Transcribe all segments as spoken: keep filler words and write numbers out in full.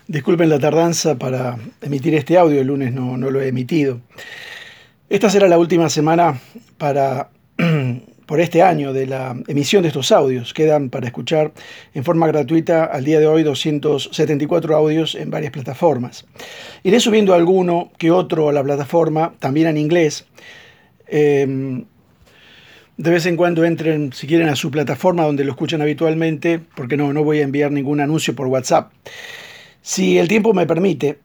Disculpen la tardanza para emitir este audio, el lunes no, no lo he emitido. Esta será la última semana para, por este año de la emisión de estos audios. Quedan para escuchar en forma gratuita al día de hoy doscientos setenta y cuatro audios en varias plataformas. Iré subiendo alguno que otro a la plataforma, también en inglés. Eh, de vez en cuando entren, si quieren, a su plataforma donde lo escuchan habitualmente, porque no, no voy a enviar ningún anuncio por WhatsApp. Si el tiempo me permite,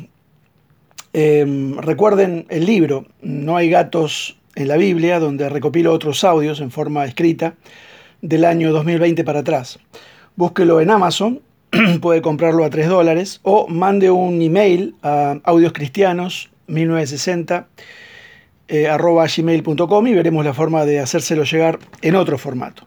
eh, recuerden el libro No hay gatos en la Biblia, donde recopilo otros audios en forma escrita del año dos mil veinte para atrás. Búsquelo en Amazon, puede comprarlo a tres dólares, o mande un email a audioscristianos mil novecientos sesenta eh, arroba gmail punto com y veremos la forma de hacérselo llegar en otro formato.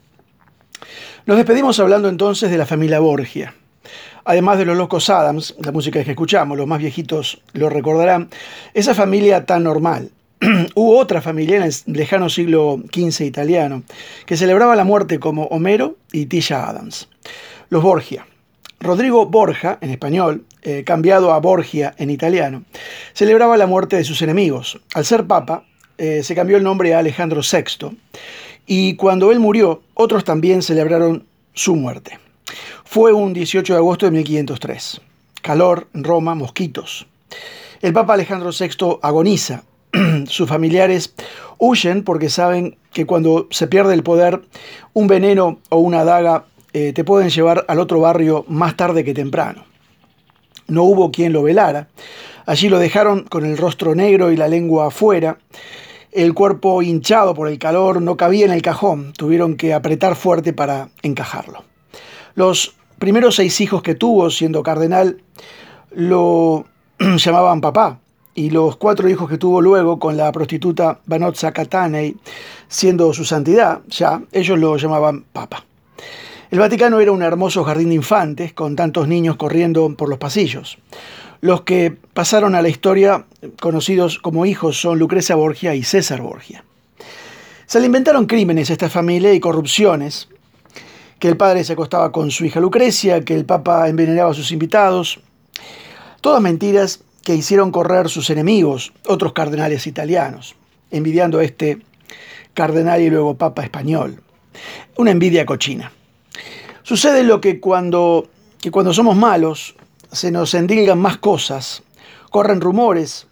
Nos despedimos hablando entonces de la familia Borgia. Además de los locos Adams, la música que escuchamos, los más viejitos lo recordarán, esa familia tan normal. Hubo otra familia en el lejano siglo quince italiano que celebraba la muerte como Homero y Tisha Adams. Los Borgia. Rodrigo Borgia, en español, eh, cambiado a Borgia en italiano, celebraba la muerte de sus enemigos. Al ser papa, eh, se cambió el nombre a Alejandro sexto, y cuando él murió, otros también celebraron su muerte. Fue un dieciocho de agosto de mil quinientos tres. Calor en Roma, mosquitos. El Papa Alejandro sexto agoniza. Sus familiares huyen porque saben que cuando se pierde el poder, un veneno o una daga eh, te pueden llevar al otro barrio más tarde que temprano. No hubo quien lo velara. Allí lo dejaron con el rostro negro y la lengua afuera. El cuerpo hinchado por el calor no cabía en el cajón. Tuvieron que apretar fuerte para encajarlo. Los primeros seis hijos que tuvo siendo cardenal lo llamaban papá, y los cuatro hijos que tuvo luego con la prostituta Vanozza Catanei, siendo su santidad, ya ellos lo llamaban papa. El Vaticano era un hermoso jardín de infantes con tantos niños corriendo por los pasillos. Los que pasaron a la historia conocidos como hijos son Lucrecia Borgia y César Borgia. Se le inventaron crímenes a esta familia y corrupciones, que el padre se acostaba con su hija Lucrecia, que el papa envenenaba a sus invitados. Todas mentiras que hicieron correr sus enemigos, otros cardenales italianos, envidiando a este cardenal y luego papa español. Una envidia cochina. Sucede lo que cuando, que cuando somos malos se nos endilgan más cosas, corren rumores.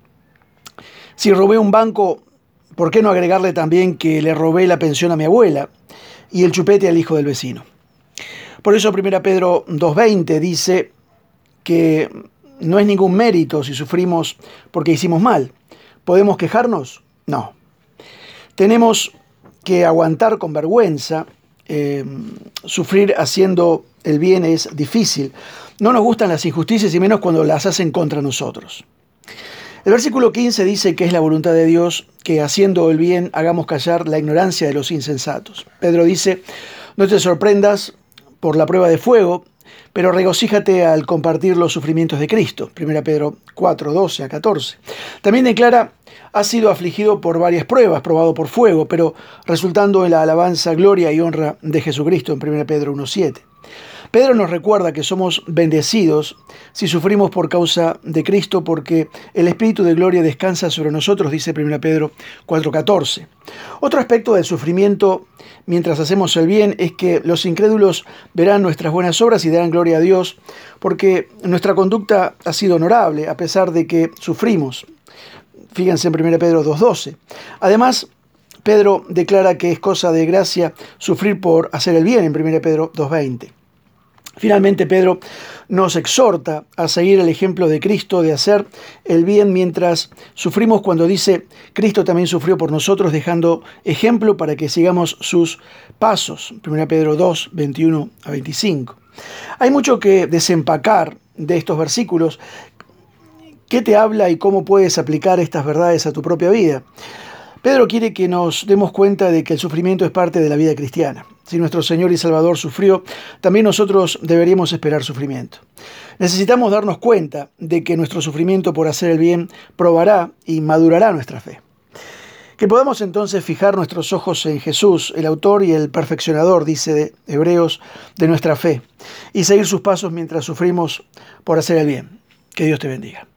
Si robé un banco, ¿por qué no agregarle también que le robé la pensión a mi abuela y el chupete al hijo del vecino? Por eso primera Pedro dos veinte dice que no es ningún mérito si sufrimos porque hicimos mal. ¿Podemos quejarnos? No. Tenemos que aguantar con vergüenza. Eh, sufrir haciendo el bien es difícil. No nos gustan las injusticias y menos cuando las hacen contra nosotros. El versículo quince dice que es la voluntad de Dios que haciendo el bien hagamos callar la ignorancia de los insensatos. Pedro dice, no te sorprendas por la prueba de fuego, pero regocíjate al compartir los sufrimientos de Cristo. primera Pedro cuatro, doce a catorce. También declara, has sido afligido por varias pruebas, probado por fuego, pero resultando en la alabanza, gloria y honra de Jesucristo en primera Pedro uno, siete. Pedro nos recuerda que somos bendecidos si sufrimos por causa de Cristo, porque el Espíritu de gloria descansa sobre nosotros, dice primera Pedro cuatro, catorce. Otro aspecto del sufrimiento mientras hacemos el bien es que los incrédulos verán nuestras buenas obras y darán gloria a Dios, porque nuestra conducta ha sido honorable a pesar de que sufrimos. Fíjense en primera Pedro dos, doce. Además, Pedro declara que es cosa de gracia sufrir por hacer el bien en primera Pedro dos, veinte. Finalmente, Pedro nos exhorta a seguir el ejemplo de Cristo de hacer el bien mientras sufrimos cuando dice, Cristo también sufrió por nosotros dejando ejemplo para que sigamos sus pasos. primera Pedro dos, veintiuno a veinticinco. Hay mucho que desempacar de estos versículos. ¿Qué te habla y cómo puedes aplicar estas verdades a tu propia vida? Pedro quiere que nos demos cuenta de que el sufrimiento es parte de la vida cristiana. Si nuestro Señor y Salvador sufrió, también nosotros deberíamos esperar sufrimiento. Necesitamos darnos cuenta de que nuestro sufrimiento por hacer el bien probará y madurará nuestra fe. Que podamos entonces fijar nuestros ojos en Jesús, el autor y el perfeccionador, dice de Hebreos, de nuestra fe, y seguir sus pasos mientras sufrimos por hacer el bien. Que Dios te bendiga.